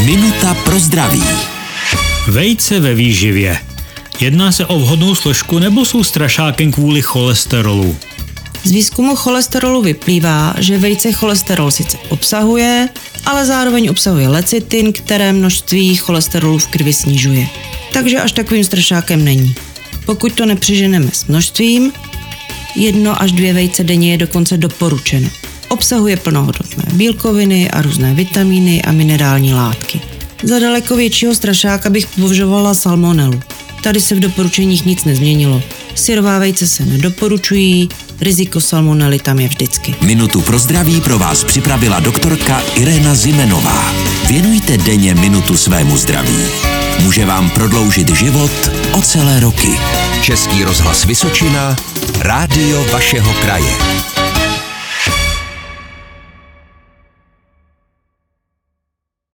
Minuta pro zdraví. Vejce ve výživě. Jedná se o vhodnou složku nebo jsou strašákem kvůli cholesterolu? Z výzkumu cholesterolu vyplývá, že vejce cholesterol sice obsahuje, ale zároveň obsahuje lecitin, které množství cholesterolu v krvi snižuje. Takže až takovým strašákem není. Pokud to nepřeženeme s množstvím, 1 až 2 vejce denně je dokonce doporučeno. Obsahuje plnohodnotné bílkoviny a různé vitamíny a minerální látky. Za daleko většího strašáka bych považovala salmonelu. Tady se v doporučeních nic nezměnilo. Syrová vejce se nedoporučují, riziko salmonely tam je vždycky. Minutu pro zdraví pro vás připravila doktorka Irena Zimenová. Věnujte denně minutu svému zdraví. Může vám prodloužit život o celé roky. Český rozhlas Vysočina, rádio vašeho kraje.